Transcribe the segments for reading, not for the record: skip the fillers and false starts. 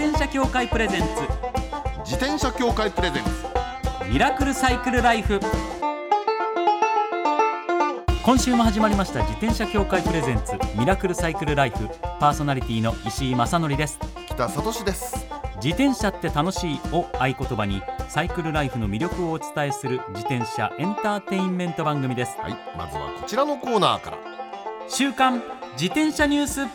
転車協会プレゼンツ自転車協会プレゼンツミラクルサイクルライフ。今週も始まりました自転車協会プレゼンツミラクルサイクルライフ。パーソナリティの石井正則です。 北里志です。 自転車って楽しいを合言葉にサイクルライフの魅力をお伝えする自転車エンターテインメント番組です。 はい、まずはこちらのコーナーから。 週刊自転車ニュース。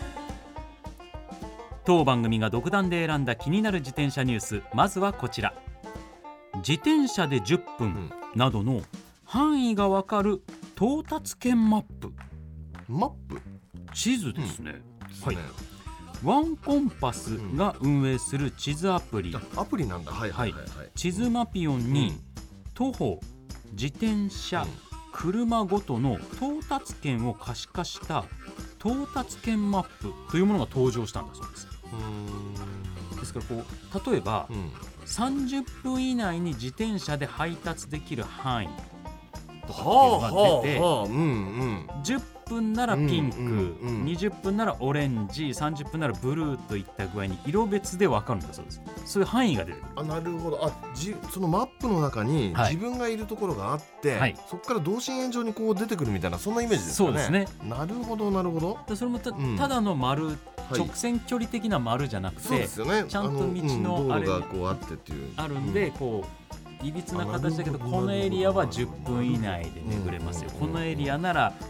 当番組が独断で選んだ気になる自転車ニュース、まずはこちら。自転車で10分などの範囲がわかる到達圏マップ。 マップ地図ですね、 はい、 ワンコンパスが運営する地図アプリ、 アプリなんだ。はいはいはい、 地図マピオンに徒歩、自転車、車ごとの到達圏を可視化した到達圏マップというものが登場したんだそうです。ですからこう例えば、30分以内に自転車で配達できる範囲とかっていうのが出て、10分ならピンク、20分ならオレンジ、30分ならブルーといった具合に色別で分かるんだそうです。そういう範囲が出てくる。 あ、なるほど。そのマップの中に自分がいるところがあって、そこから同心円状にこう出てくるみたいな、そんなイメージですかね。 そうですね。 なるほどなるほど。 それも ただの丸、直線距離的な丸じゃなくて、 そうですよね、 ちゃんと道のあれ道路がこうあってっていうあるんで、こういびつな形だけど、このエリアは10分以内で巡れますよ、このエリアなら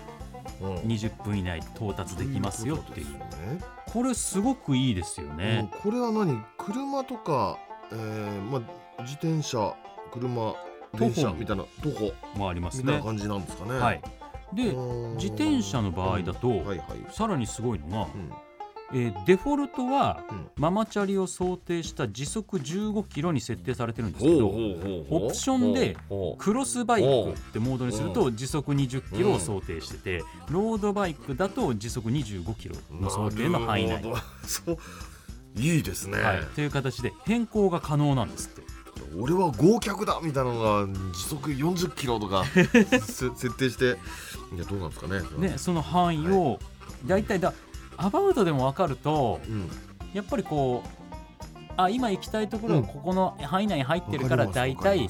20分以内で到達できますよっていう、これすごくいいですよね。 これは何、車とか、自転車、車、電車みたいな、徒歩もありますね、 みたいな感じなんですかね。 で、自転車の場合だと、さらにすごいのが、デフォルトはママチャリを想定した時速15キロに設定されてるんですけど、オプションでクロスバイクってモードにすると時速20キロを想定してて、ロードバイクだと時速25キロの想定の範囲内。 そう、いいですね、 という形で変更が可能なんですって。 俺は豪脚だみたいなのが時速40キロとか設定して、いやどうなんですかね。 その範囲をだいたいアバウトでも分かると、やっぱりこう今行きたいところがここの範囲内に入ってるから、だいたい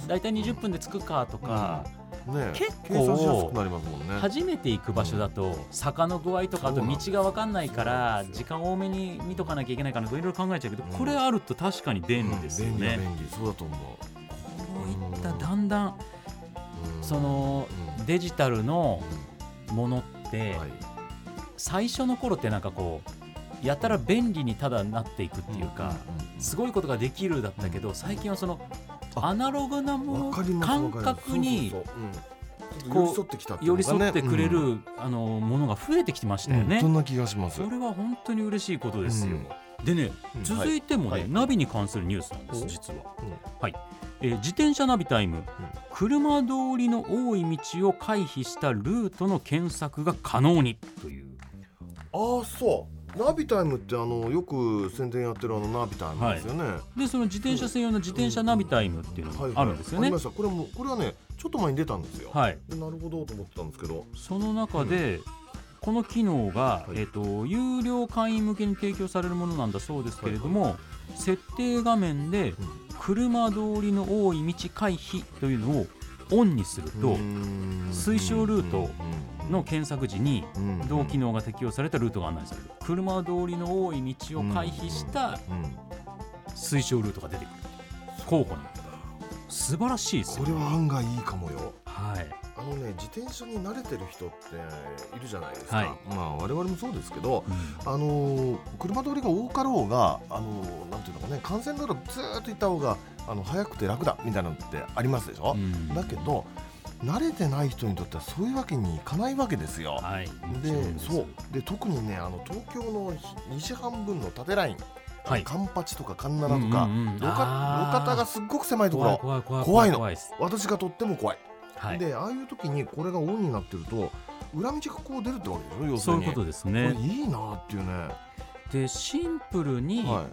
20分で着くかとか、結構初めて行く場所だと坂の具合とか、あと道が分かんないから時間多めに見とかなきゃいけないから、いろいろ考えちゃうけど、これあると確かに便利ですよね。 便利、そうだと思う。 こういっただんだんそのデジタルのものって、最初の頃ってなんかこうやたら便利にただなっていくっていうか、すごいことができるだったけど、最近はそのアナログなもの、感覚にこう寄り添ってくれるものが増えてきてましたよね。 そんな気がします。 それは本当に嬉しいことですよ。でね、続いてもね、ナビに関するニュースなんです、実は。自転車ナビタイム、車通りの多い道を回避したルートの検索が可能にという。 そうナビタイムってよく宣伝やってるナビタイムですよね。 でその自転車専用の自転車ナビタイムっていうのがあるんですよね。 ありました。これはねちょっと前に出たんですよ。なるほどと思ってたんですけど、 その中で、この機能が、有料会員向けに提供されるものなんだそうですけれども、設定画面で車通りの多い道回避というのをオンにすると、推奨ルートの検索時に同機能が適用されたルートが案内される。車通りの多い道を回避した推奨ルートが出てくる、候補に。素晴らしいですよ。 これは案外いいかもよ。自転車に慣れてる人っているじゃないですか。我々もそうですけど、車通りが多かろうがなんていうのかね、幹線道路ずーっと行った方が早くて楽だみたいなのってありますでしょ。だけど慣れてない人にとってはそういうわけにいかないわけですよ。で特にね、東京の西半分の縦ライン、カンパチとかカンナラとか、路肩がすっごく狭いところ、怖いの。私がとっても怖い。でああいう時にこれがオンになってると裏道がこう出るってわけでしょ。要するにそういうことですね。 これいいなっていうね。 でシンプルに、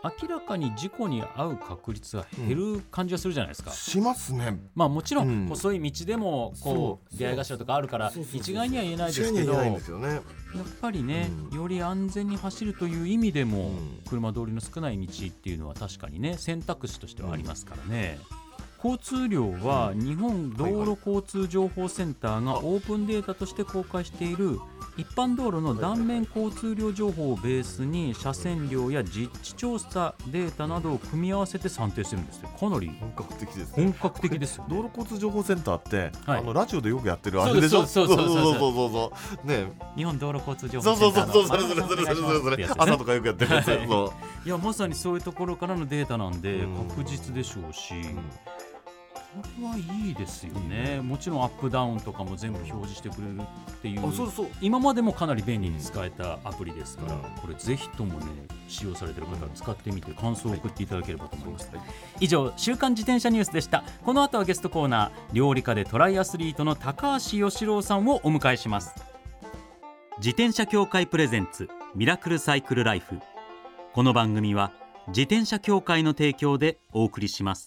明らかに事故に遭う確率が減る感じがするじゃないですか、 しますね。 まあ、もちろん細い道でもこう出会い頭とかあるから一概には言えないですけど、やっぱりね、より安全に走るという意味でも車通りの少ない道っていうのは確かにね選択肢としてはありますからね。交通量は日本道路交通情報センターがオープンデータとして公開している一般道路の断面交通量情報をベースに車線量や実地調査データなどを組み合わせて算定してるんですよ。かなり本格的ですね。 本格的ですよね。 道路交通情報センターって、 はい、 ラジオでよくやってるあれでしょ。 そうね、日本道路交通情報センターのそれ朝とかよくやってるやつ、 いやまさにそういうところからのデータなんで確実でしょうし、これはいいですよね。もちろんアップダウンとかも全部表示してくれるっていう、今までもかなり便利に使えたアプリですから、これぜひともね使用されている方は使ってみて感想を送っていただければと思います。以上、週刊自転車ニュースでした。この後はゲストコーナー、料理家でトライアスリートの高橋義郎さんをお迎えします。自転車協会プレゼンツミラクルサイクルライフ。この番組は自転車協会の提供でお送りします。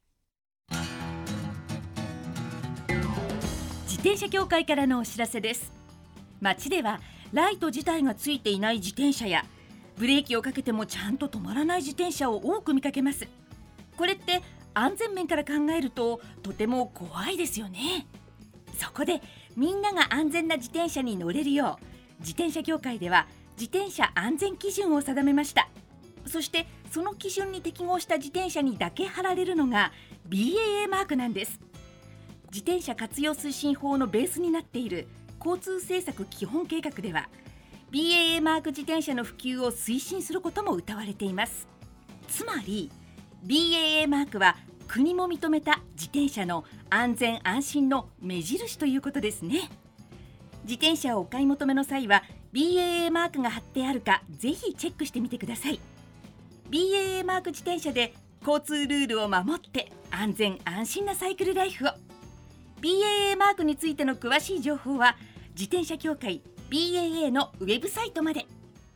自転車協会からのお知らせです。街ではライト自体がついていない自転車やブレーキをかけてもちゃんと止まらない自転車を多く見かけます。これって安全面から考えるととても怖いですよね。そこでみんなが安全な自転車に乗れるよう、自転車協会では自転車安全基準を定めました。そしてその基準に適合した自転車にだけ貼られるのが BAA マークなんです。自転車活用推進法のベースになっている交通政策基本計画では BAA マーク自転車の普及を推進することも謳われています。つまり BAA マークは国も認めた自転車の安全安心の目印ということですね。自転車をお買い求めの際は BAA マークが貼ってあるかぜひチェックしてみてください。 BAA マーク自転車で交通ルールを守って安全安心なサイクルライフを。BAA マークについての詳しい情報は自転車協会 BAA のウェブサイトまで。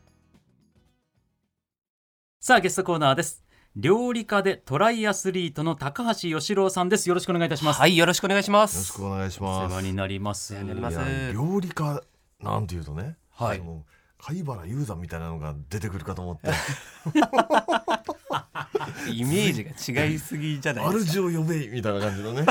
さあゲストコーナーです。料理家でトライアスリートの高橋義郎さんです。よろしくお願いいたします。 はい、よろしくお願いします。 よろしくお願いします。 世話になります。 料理家なんていうとね、 はい、 貝原雄山みたいなのが出てくるかと思ってイメージが違いすぎじゃないですか。 主を呼べみたいな感じのね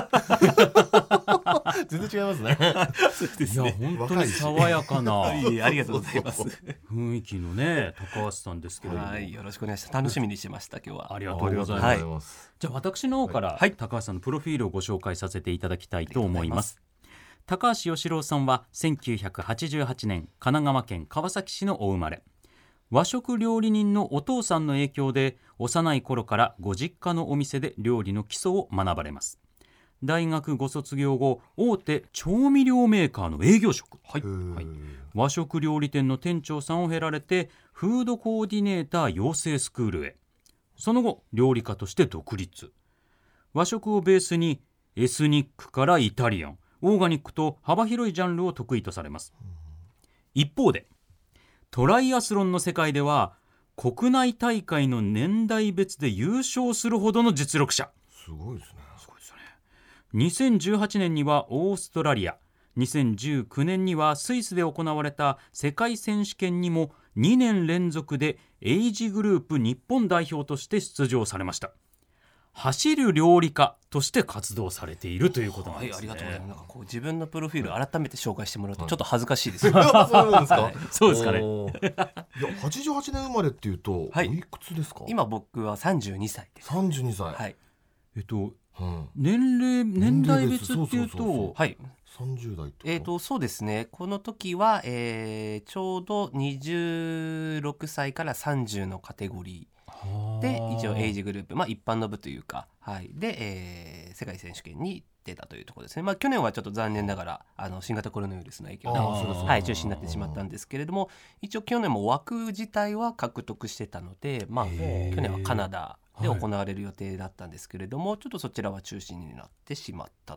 全然違いますね。 そうですね。 いや本当に爽やかなありがとうございます。 雰囲気のね高橋さんですけれども、 はい、よろしくお願いします。楽しみにしてました今日は。 ありがとうございます。じゃあ私の方から、高橋さんのプロフィールをご紹介させていただきたいと思います。高橋義郎さんは1988年神奈川県川崎市のお生まれ。和食料理人のお父さんの影響で幼い頃からご実家のお店で料理の基礎を学ばれます。大学ご卒業後、大手調味料メーカーの営業職、和食料理店の店長さんを経られてフードコーディネーター養成スクールへ。その後料理家として独立。和食をベースにエスニックからイタリアン、オーガニックと幅広いジャンルを得意とされます。一方でトライアスロンの世界では国内大会の年代別で優勝するほどの実力者。 すごいですね。 2018年にはオーストラリア、2019年にはスイスで行われた世界選手権にも2年連続でエイジグループ日本代表として出場されました。走る料理家として活動されているということなんですね。 ありがとうございます。なんかこう自分のプロフィール改めて紹介してもらうとちょっと恥ずかしいですね。 そうですかね。 いや88年生まれっていうと、おいくつですか？ 今僕は32歳です。 32歳。 はい。 年代別っていうと、 はい。 30代とそうですね。この時は、ちょうど26歳から30のカテゴリー。で一応エイジグループ、一般の部というか、で、世界選手権に出たというところですね。去年はちょっto残念ながら新型コロナウイルスの影響で、中止になってしまったんですけれども、一応去年も枠自体は獲得してたので、去年はカナダで行われる予定だったんですけれども、ちょっとそちらは中止になってしまったと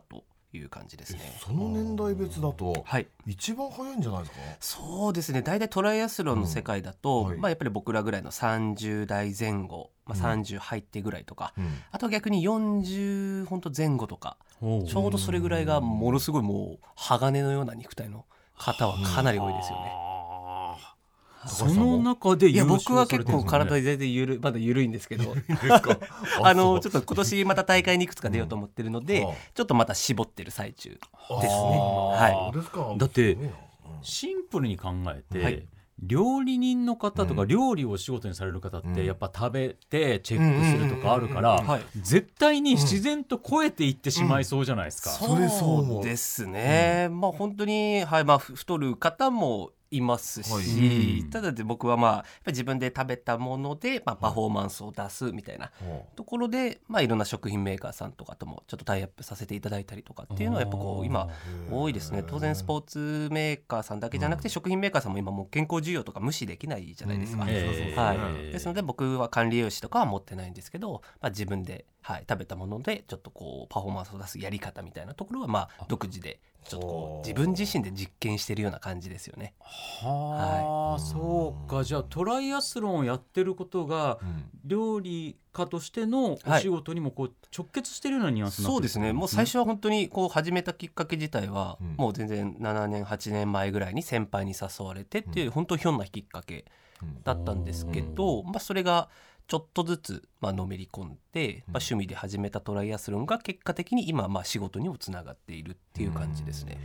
いう感じですね。 その年代別だと、 はい、 一番早いんじゃないですか？ そうですね、大体トライアスロンの世界だと、 はいやっぱり僕らぐらいの30代前後、30入ってぐらいとか、あとは逆に40本当前後とか、ちょうどそれぐらいがものすごいもう鋼のような肉体の方はかなり多いですよね。 その中で優勝されてるんですね。 僕は結構体全然まだ緩いんですけどちょっと今年また大会にいくつか出ようと思ってるので、ちょっとまた絞ってる最中ですね。 はい、だってシンプルに考えて、料理人の方とか料理をお仕事にされる方ってやっぱ食べてチェックするとかあるから絶対に自然と超えていってしまいそうじゃないですか。 そうですね、本当に、太る方もいますし、ただで僕はやっぱり自分で食べたものでパフォーマンスを出すみたいなところで、いろんな食品メーカーさんとかともちょっとタイアップさせていただいたりとかっていうのはやっぱ今多いですね。当然スポーツメーカーさんだけじゃなくて食品メーカーさんも今もう健康需要とか無視できないじゃないですか。ですので僕は管理栄養士とかは持ってないんですけど、自分で、食べたものでちょっとパフォーマンスを出すやり方みたいなところは独自でちょっと自分自身で実験してるような感じですよね。 そうか。じゃあトライアスロンをやってることが、料理家としてのお仕事にも直結してるようなニュアンスになってる。 そうですね。もう最初は本当に始めたきっかけ自体は、もう全然7年8年前ぐらいに先輩に誘われてっていう、本当ひょんなきっかけだったんですけど、それがちょっとずつのめり込んで、趣味で始めたトライアスロンが結果的に今仕事にもつながっているっていう感じですね。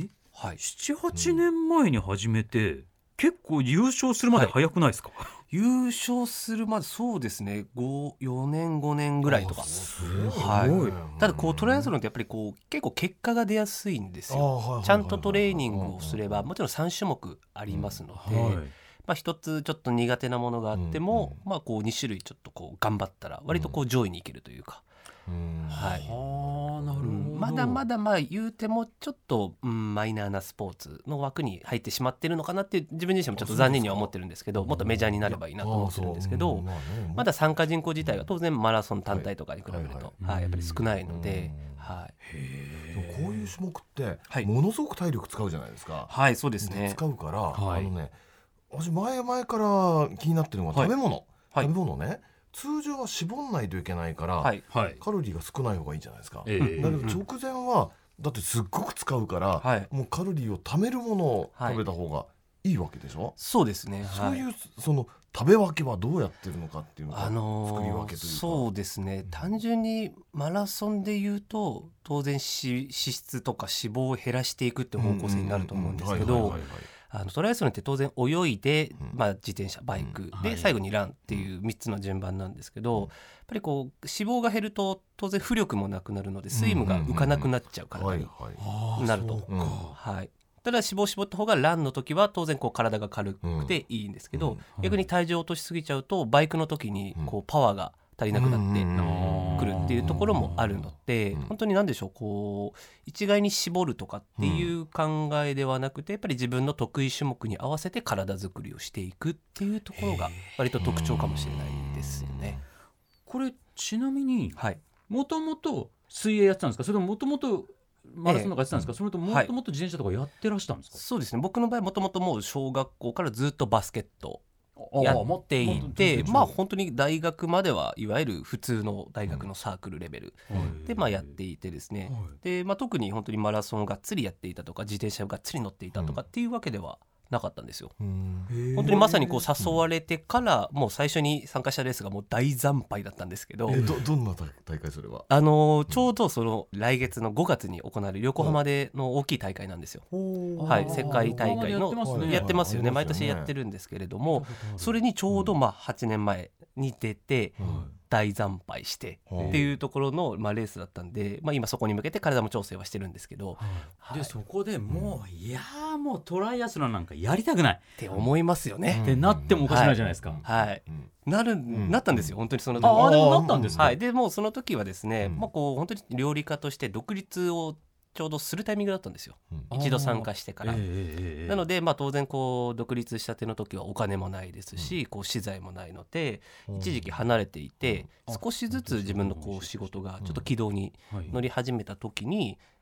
7、8年前に始めて、結構優勝するまで早くないですか？ 優勝するまでそうですね、4年5年ぐらいとか。ただトライアスロンってやっぱり結構結果が出やすいんですよ。ちゃんとトレーニングをすればもちろん3種目ありますので、一つちょっと苦手なものがあっても、2種類ちょっと頑張ったら割と上位に行けるというか。なるほど。まだまだ言うてもちょっと、マイナーなスポーツの枠に入ってしまってるのかなって自分自身もちょっと残念には思ってるんですけど、もっとメジャーになればいいなと思ってるんですけど、まだ参加人口自体は当然マラソン単体とかに比べるとやっぱり少ないので。 こういう種目ってものすごく体力使うじゃないですか。 そうですね。 使うから私前々から気になってるのが食べ物ね。通常は絞んないといけないから、カロリーが少ない方がいいじゃないですか。だけど直前はだってすっごく使うから、もうカロリーを貯めるものを食べた方がいいわけでしょ。 そうですね。 そういうその食べ分けはどうやってるのかっていうのが、作り分けというか。 そうですね、単純にマラソンで言うと当然脂質とか脂肪を減らしていくって方向性になると思うんですけど、トライアスロンって当然泳いで、自転車バイクで最後にランっていう3つの順番なんですけど、やっぱり脂肪が減ると当然浮力もなくなるので水分が浮かなくなっちゃう体になると。ただ脂肪を絞った方がランの時は当然体が軽くていいんですけど、逆に体重を落としすぎちゃうとバイクの時にパワーが足りなくなってくるっていうところもあるので、本当に何でしょう、一概に絞るとかっていう考えではなくて、やっぱり自分の得意種目に合わせて体作りをしていくっていうところが割と特徴かもしれないですよね。 これちなみにもともと水泳やってたんですか？それともともとマラソンとかやってたんですか？それともともと自転車とかやってらしたんですか？ そうですね、僕の場合もともともう小学校からずっとバスケットやっていて、本当に大学まではいわゆる普通の大学のサークルレベルでやっていてですね、で特に本当にマラソンをがっつりやっていたとか自転車をがっつり乗っていたとかっていうわけではなかったんですよ。本当にまさに誘われてからもう最初に参加したレースがもう大惨敗だったんですけど。 どんな大会それは？ ちょうどその来月の5月に行われる横浜での大きい大会なんですよ。世界大会のやってますよね。毎年やってるんですけれども、それにちょうど8年前に出て大惨敗してっていうところのレースだったんで、今そこに向けて体も調整はしてるんですけど、 でそこでもうトライアスロンなんかやりたくないって思いますよね。 ってなってもおかしくないじゃないですか。 なったんですよ、本当にその時。 でもなったんですか？ でもうその時はですね、本当に料理家として独立をちょうどするタイミングだったんですよ、一度参加してから。なので当然独立したての時はお金もないですし、資材もないので一時期離れていて、少しずつ自分の仕事がちょっと軌道に乗り始めた時に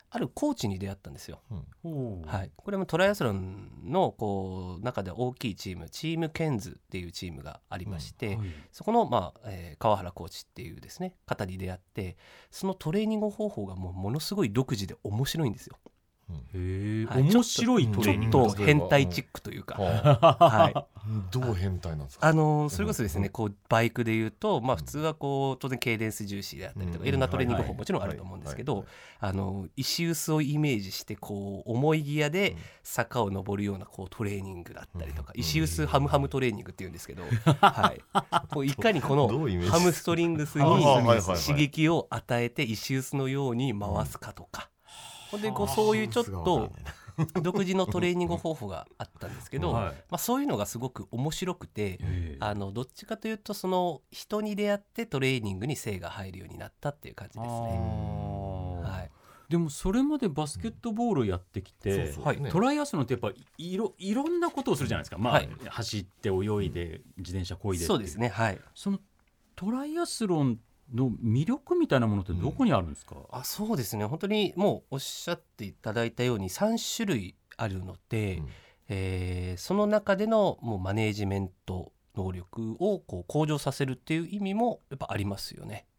あるコーチに出会ったんですよ。 ほうはい、これもトライアスロンのこう中で大きいチームケンズっていうチームがありまして、 はいそこの、川原コーチっていうですね方に出会って、そのトレーニング方法がものすごい独自で面白いんですよ。 へえ、 はい面白いトレーニングちょっと変態チックというか、はい、 どう変態なんですか？ それこそですね、こうバイクでいうと、普通はこう当然ケイデンス重視であったりとか、いろんなトレーニング方法もちろんあると思うんですけど、石臼をイメージしてこう重いギアで坂を登るようなこうトレーニングだったりとか、石臼ハムハムトレーニングっていうんですけど、はい、こういかにこのハムストリングスに刺激を与えて石臼のように回すかとか、ほんでこうそういうちょっと独自のトレーニング方法があったんですけど、そういうのがすごく面白くて、どっちかというとその人に出会ってトレーニングに精が入るようになったっていう感じですね。はい、 でもそれまでバスケットボールをやってきて、トライアスロンってやっぱいろんなことをするじゃないですか、走って泳いで自転車漕いで、 そうですね、はい、 そのトライアスロンの魅力みたいなものってどこにあるんですか？ そうですね、本当にもうおっしゃっていただいたように3種類あるので、その中でのもうマネージメント能力をこう向上させるっていう意味もやっぱありますよね。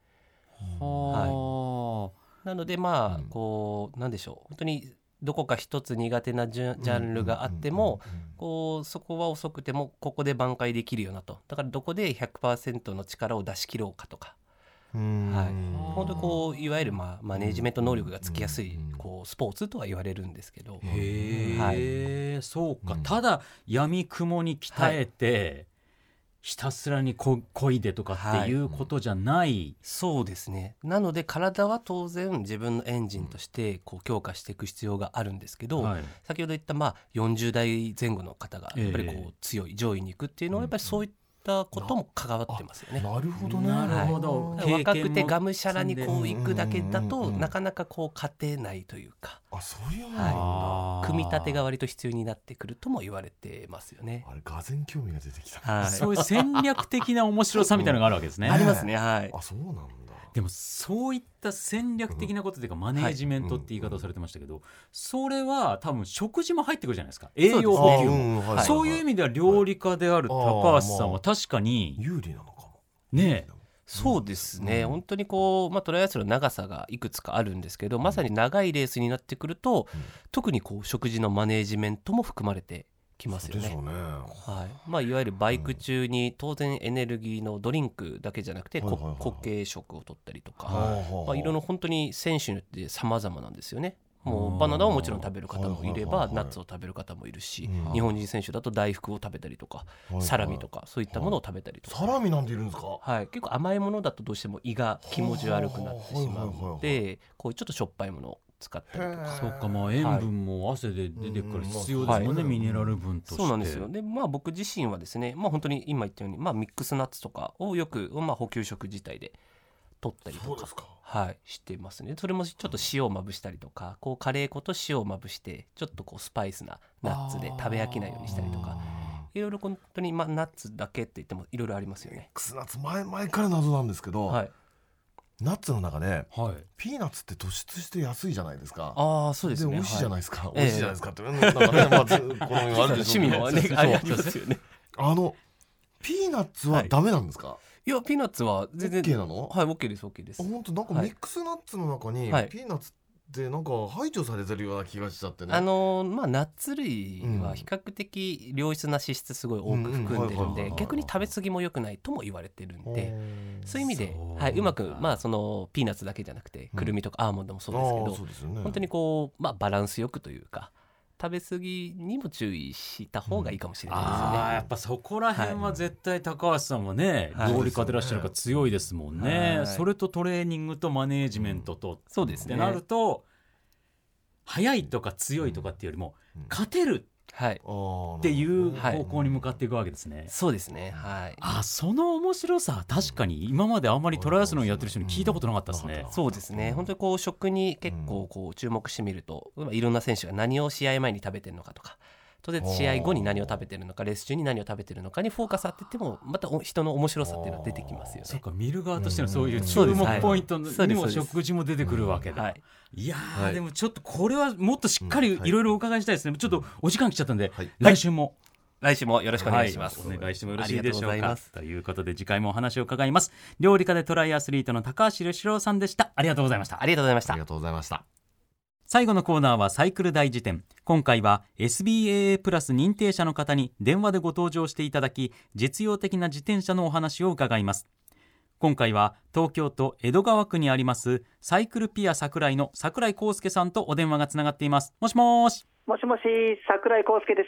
はい、なのでこうなんでしょう、本当にどこか一つ苦手なジャンルがあっても、こうそこは遅くてもここで挽回できるよなと、だからどこで 100% の力を出し切ろうかとか、本当にこういわゆるマネージメント能力がつきやすいこうスポーツとは言われるんですけど、 そうか、ただ闇雲に鍛えて、ひたすらに漕いでとかっていうことじゃない、 そうですね。なので体は当然自分のエンジンとしてこう強化していく必要があるんですけど、先ほど言った40代前後の方がやっぱりこう強い上位に行くっていうのはやっぱりそういったことも関わってますよね。 なるほどね。 なるほど。 若くてがむしゃらにこう行くだけだとなかなかこう勝てないというか、 そういうものなんだ。 組み立てが割と必要になってくるとも言われてますよね。 あれがぜん興味が出てきた。 そういう戦略的な面白さみたいなのがあるわけですね。 ありますね。はい。 そうなんだ。 でもそういった戦略的なことというかマネージメントって言い方をされてましたけど、それは多分食事も入ってくるじゃないですか、栄養補給も。そういう意味では料理家である高橋さんは確かに有利なのかもね。 そうですね、本当にこう、トライアスロン長さがいくつかあるんですけど、まさに長いレースになってくると、特にこう食事のマネージメントも含まれてきますよね。いわゆるバイク中に当然エネルギーのドリンクだけじゃなくて固形食を取ったりとか、いろいろ本当に選手によって様々なんですよね。もうバナナをもちろん食べる方もいれば、ナッツを食べる方もいるし、日本人選手だと大福を食べたりとか、サラミとかそういったものを食べたりとか。 サラミなんているんですか？ 結構甘いものだとどうしても胃が気持ち悪くなってしまうので、こういうちょっとしょっぱいものを使ったりとか。 そうか、塩分も汗で出てくるから必要ですもんね、ミネラル分として。 そうなんですよ。で僕自身はですね、本当に今言ったように、ミックスナッツとかをよく、補給食自体で取ったりとかしてますね。それもちょっと塩をまぶしたりとか、こうカレー粉と塩をまぶしてちょっとこうスパイスなナッツで食べ飽きないようにしたりとか、いろいろ本当にナッツだけって言ってもいろいろありますよね。 ミックスナッツ前から謎なんですけど、ナッツの中で、ピーナッツって突出して安いじゃないですか。 そうですね。 美味しいじゃないですか。美味しいじゃないですかってなんかね、この趣味のありますよね。 ピーナッツはダメなんですか？ いや、ピーナッツは全然 OK なの？ はい、OK です、OK です。 本当なんかミックスナッツの中にピーナッツってなんか排除されてるような気がしちゃってね。ナッツ類は比較的良質な脂質すごい多く含んでるんで、逆に食べ過ぎも良くないとも言われてるんで、そういう意味でうまくそのピーナッツだけじゃなくてくるみとかアーモンドもそうですけど、本当にこうバランスよくというか、食べ過ぎにも注意した方がいいかもしれないですよね。 やっぱそこら辺は絶対高橋さんはね、料理家でいらっしゃるから強いですもんね。それとトレーニングとマネージメントと、 そうですね。 ってなると速いとか強いとかっていうよりも勝てるっていう方向に向かっていくわけですね。 そうですね。 その面白さ、確かに今まであんまりトライアスロンやってる人に聞いたことなかったですね。 そうですね。本当にこう食に結構こう注目してみると、いろんな選手が何を試合前に食べてるのかとか、 当然試合後に何を食べてるのかレース中に何を食べてるのかにフォーカス当ててもまた人の面白さっていうのは出てきますよね。 そうか、見る側としてのそういう注目ポイントにも食事も出てくるわけだ、はい、いやー、はい、でもちょっとこれはもっとしっかりいろいろお伺いしたいですね。ちょっとお時間来ちゃったんで、はい、来週もよろしくお願いします、はい、お願いしてもよろしいでしょうか。ということで次回もお話を伺います。料理家でトライアスリートの高橋良郎さんでした。ありがとうございました。 ありがとうございました。 ありがとうございました。 最後のコーナーはサイクル大辞典。今回は SBAA プラス認定者の方に電話でご登場していただき、実用的な自転車のお話を伺います。今回は東京都江戸川区にありますサイクルピア桜井の桜井康介さんとお電話がつながっています。もしもし。 もしもし、桜井康介です。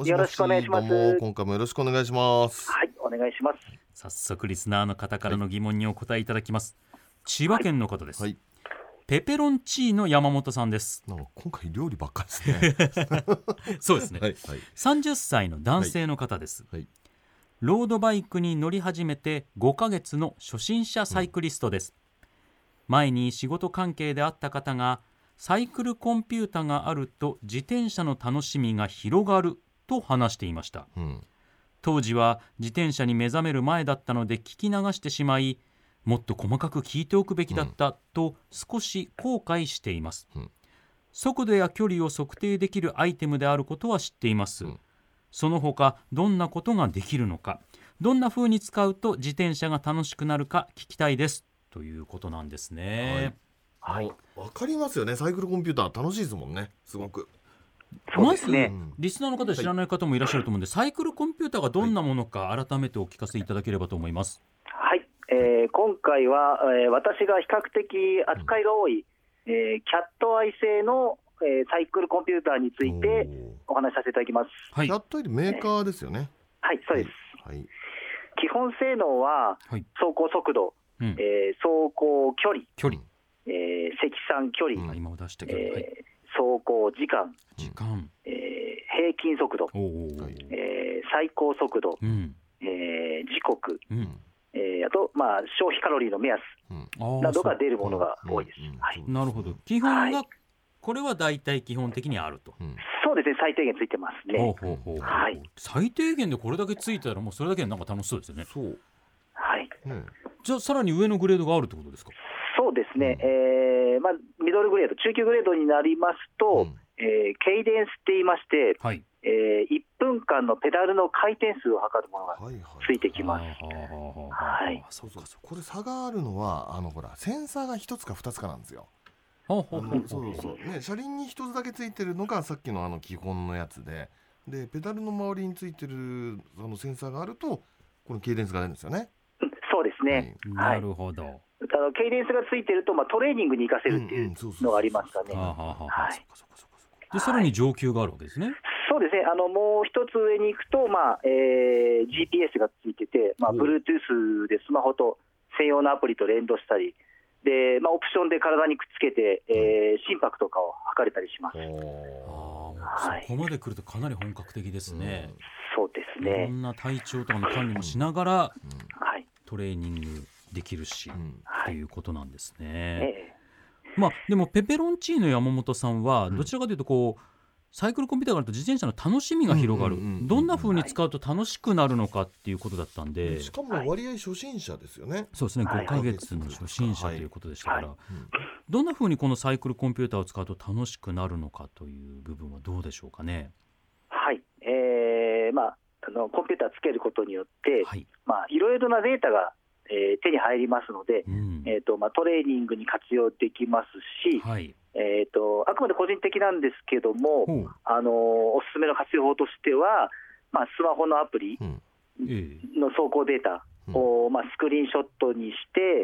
よろしくお願いします。 どうも今回もよろしくお願いします。 はい、お願いします。 早速リスナーの方からの疑問にお答えいただきます。千葉県の方です、はい、ペペロンチーノ山本さんです。 なんか今回料理ばっかりですねそうですね、 はいはい、 30歳の男性の方です、 はいはい、 ロードバイクに乗り始めて5ヶ月の初心者サイクリストです、前に仕事関係であった方がサイクルコンピュータがあると自転車の楽しみが広がると話していました、当時は自転車に目覚める前だったので聞き流してしまい、もっと細かく聞いておくべきだったと少し後悔しています、速度や距離を測定できるアイテムであることは知っています、その他どんなことができるのか、どんな風に使うと自転車が楽しくなるか聞きたいですということなんですね。 はい、わかりますよね。サイクルコンピューター楽しいですもんね、すごく。 そうですね、 まずリスナーの方で知らない方もいらっしゃると思うので、サイクルコンピューターがどんなものか改めてお聞かせいただければと思います。 はい、今回は、私が比較的扱いが多い、キャットアイ製の、サイクルコンピューターについてお話しさせていただきます。 はい、キャットアイでメーカーですよね。 はい、そうです、 はいはい、 基本性能は、はい、走行速度、走行距離、積算距離、 今を出したけど、はい、 走行時間、平均速度、最高速度、時刻、あと、消費カロリーの目安などが出るものが多いです。 なるほど。基本が、これは大体基本的にあると、 そうですね、最低限ついてますね。 はい、最低限でこれだけついたらもうそれだけでなんか楽しそうですよね。 そう、 はい、 じゃあさらに上のグレードがあるってことですか。 そうですね、ミドルグレード、中級グレードになりますと、ケイデンスって言いまして、はい、1分間のペダルの回転数を測るものがついてきます。 そうか、これ差があるのはほらセンサーが1つか2つかなんですよ。車輪に1つだけついてるのがさっきの基本のやつで、ペダルの周りについてるセンサーがあるとこのケイデンスが出るんですよね。 そうですね、 なるほど。 ケイデンスがついてると、トレーニングに活かせるっていうのがありますかね。 でさらに上級があるわけですね。 そうですね、もう一つ上に行くと、GPS がついてて、Bluetooth でスマホと専用のアプリと連動したりで、オプションで体にくっつけて、心拍とかを測れたりします。 そこまで来るとかなり本格的ですね。 そうですね。 いろんな体調とかの管理もしながら、トレーニングできるし、ということなんですね。でもペペロンチーノ山本さんはどちらかというとサイクルコンピューターがあると自転車の楽しみが広がる、どんな風に使うと楽しくなるのかっていうことだったんで、 しかも割合初心者ですよね。 そうですね、5ヶ月の初心者ということでしたから、どんな風にこのサイクルコンピューターを使うと楽しくなるのかという部分はどうでしょうかね。 はい、コンピューターつけることによって、いろいろなデータが手に入りますので、トレーニングに活用できますし、あくまで個人的なんですけども、おすすめの活用法としては、スマホのアプリの走行データを、スクリーンショットにして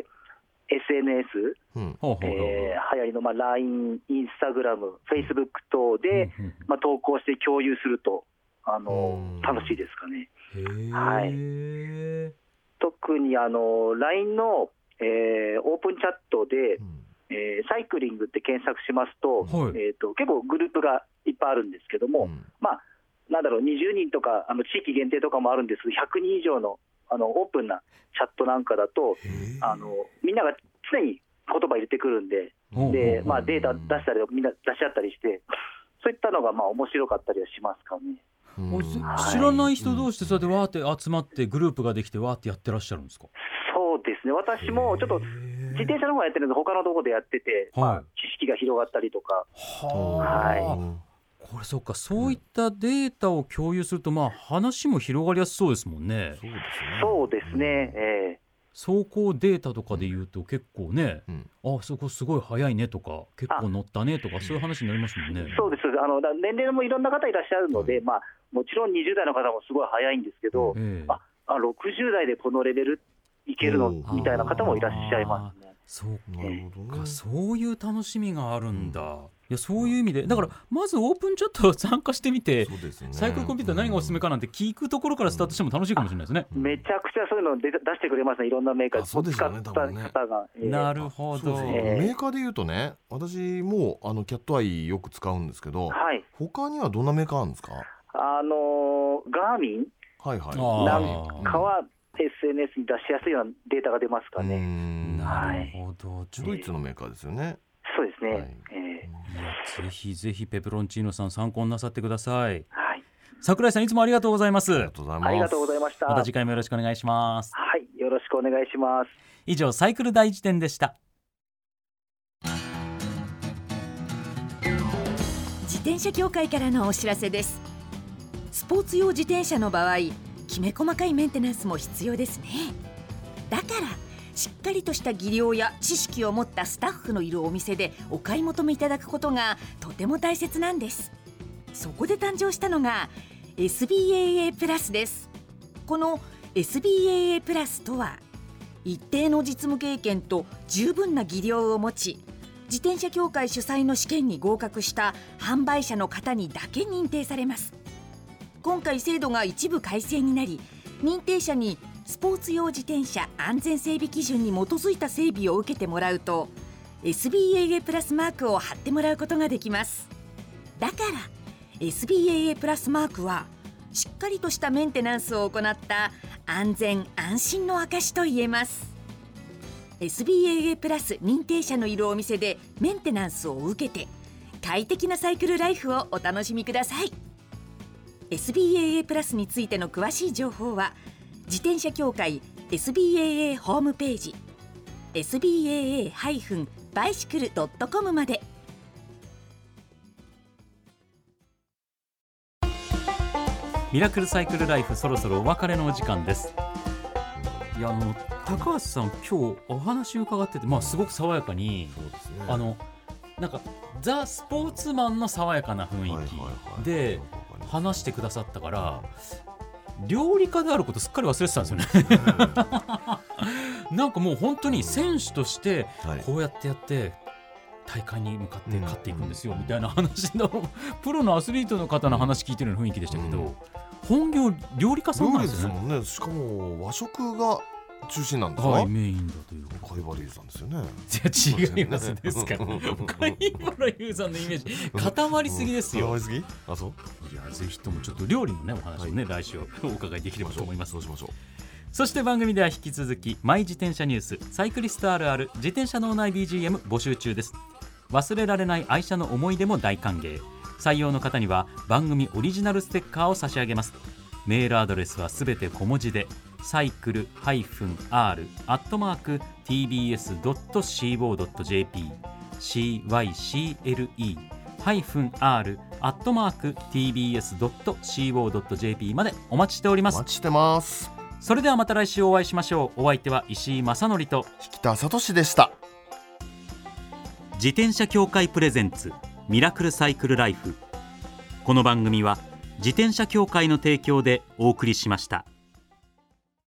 SNS、流行りのLINE、インスタグラム、Facebook 等で、投稿して共有すると楽しいですかね。特にLINE の、オープンチャットで、サイクリングって検索しますと、結構グループがいっぱいあるんですけども、20人とか地域限定とかもあるんですけど、100人以上のオープンなチャットなんかだと、みんなが常に言葉入れてくるんで、データ出したりみんな出し合ったりして、 そういったのが面白かったりはしますかね。 知らない人同士でそうやってわーって集まってグループができてわーってやってらっしゃるんですか？ そうですね、私もちょっと自転車の方がやってるので他のところでやってて、知識が広がったりとか。 これそっか、そういったデータを共有すると話も広がりやすそうですもんね。 そうですね、 走行データとかでいうと結構ね、そこすごい速いねとか結構乗ったねとかそういう話になりますもんね。 そうです。年齢もいろんな方いらっしゃるので、もちろん20代の方もすごい速いんですけど、60代でこのレベルいけるのみたいな方もいらっしゃいますね。 そうか、そういう楽しみがあるんだ。いや、そういう意味でだからまずオープンチャット参加してみて、サイクルコンピューター何がおすすめかなんて聞くところからスタートしても楽しいかもしれないですね。 めちゃくちゃそういうのを出してくれますね、いろんなメーカー使った方が。 なるほど。 メーカーでいうとね、私もキャットアイよく使うんですけど、他にはどんなメーカーあるんですか？ ガーミンなんかはSNS に出しやすいようなデータが出ますかね。 なるほど。 ドイツのメーカーですよね。 そうですね。 ぜひぜひペペロンチーノさん参考になさってください。櫻井さん、いつもありがとうございます。 ありがとうございました。 また次回もよろしくお願いします。 はい、よろしくお願いします。 以上、サイクル大辞典でした。 自転車協会からのお知らせです。スポーツ用自転車の場合、きめ細かいメンテナンスも必要ですね。だからしっかりとした技量や知識を持ったスタッフのいるお店でお買い求めいただくことがとても大切なんです。そこで誕生したのが SBAA プラスです。この SBAA プラスとは、一定の実務経験と十分な技量を持ち、自転車協会主催の試験に合格した販売者の方にだけ認定されます。今回制度が一部改正になり、認定者にスポーツ用自転車安全整備基準に基づいた整備を受けてもらうと SBAA プラスマークを貼ってもらうことができます。だから SBAA プラスマークはしっかりとしたメンテナンスを行った安全安心の証と言えます。 SBAA プラス認定者のいるお店でメンテナンスを受けて快適なサイクルライフをお楽しみください。 SBAA プラスについての詳しい情報は自転車協会 SBAA ホームページ SBAA-bicycle.com まで。 ミラクルサイクルライフ、そろそろお別れのお時間です。いや、高橋さん、今日お話伺ってて、すごく爽やかに、なんかザ・スポーツマンの爽やかな雰囲気で話してくださったから、料理家であることすっかり忘れてたんですよねなんかもう本当に選手としてこうやって大会に向かって勝っていくんですよみたいな話のプロのアスリートの方の話聞いてるような雰囲気でしたけど、本業料理家さんなんですよね。 しかも和食が中心なんですか？ メインだという貝原優さんですよね。 違いますですから貝原優さんのイメージ固まりすぎですよ。 固まりすぎ？あ、そう。 いや、ぜひともちょっと料理のねお話をね、来週お伺いできればと思います。 そうしましょう。 そして番組では引き続きマイ自転車ニュース、サイクリストあるある、自転車脳内 BGM 募集中です。忘れられない愛車の思い出も大歓迎。採用の方には番組オリジナルステッカーを差し上げます。メールアドレスはすべて小文字でサイクル-r@tbs.co.jp cycler-r@tbs.co.jp までお待ちしております。 お待ちしてます。 それではまた来週お会いしましょう。お相手は石井正則と引田聡でした。 自転車協会プレゼンツミラクルサイクルライフ。この番組は自転車協会の提供でお送りしました。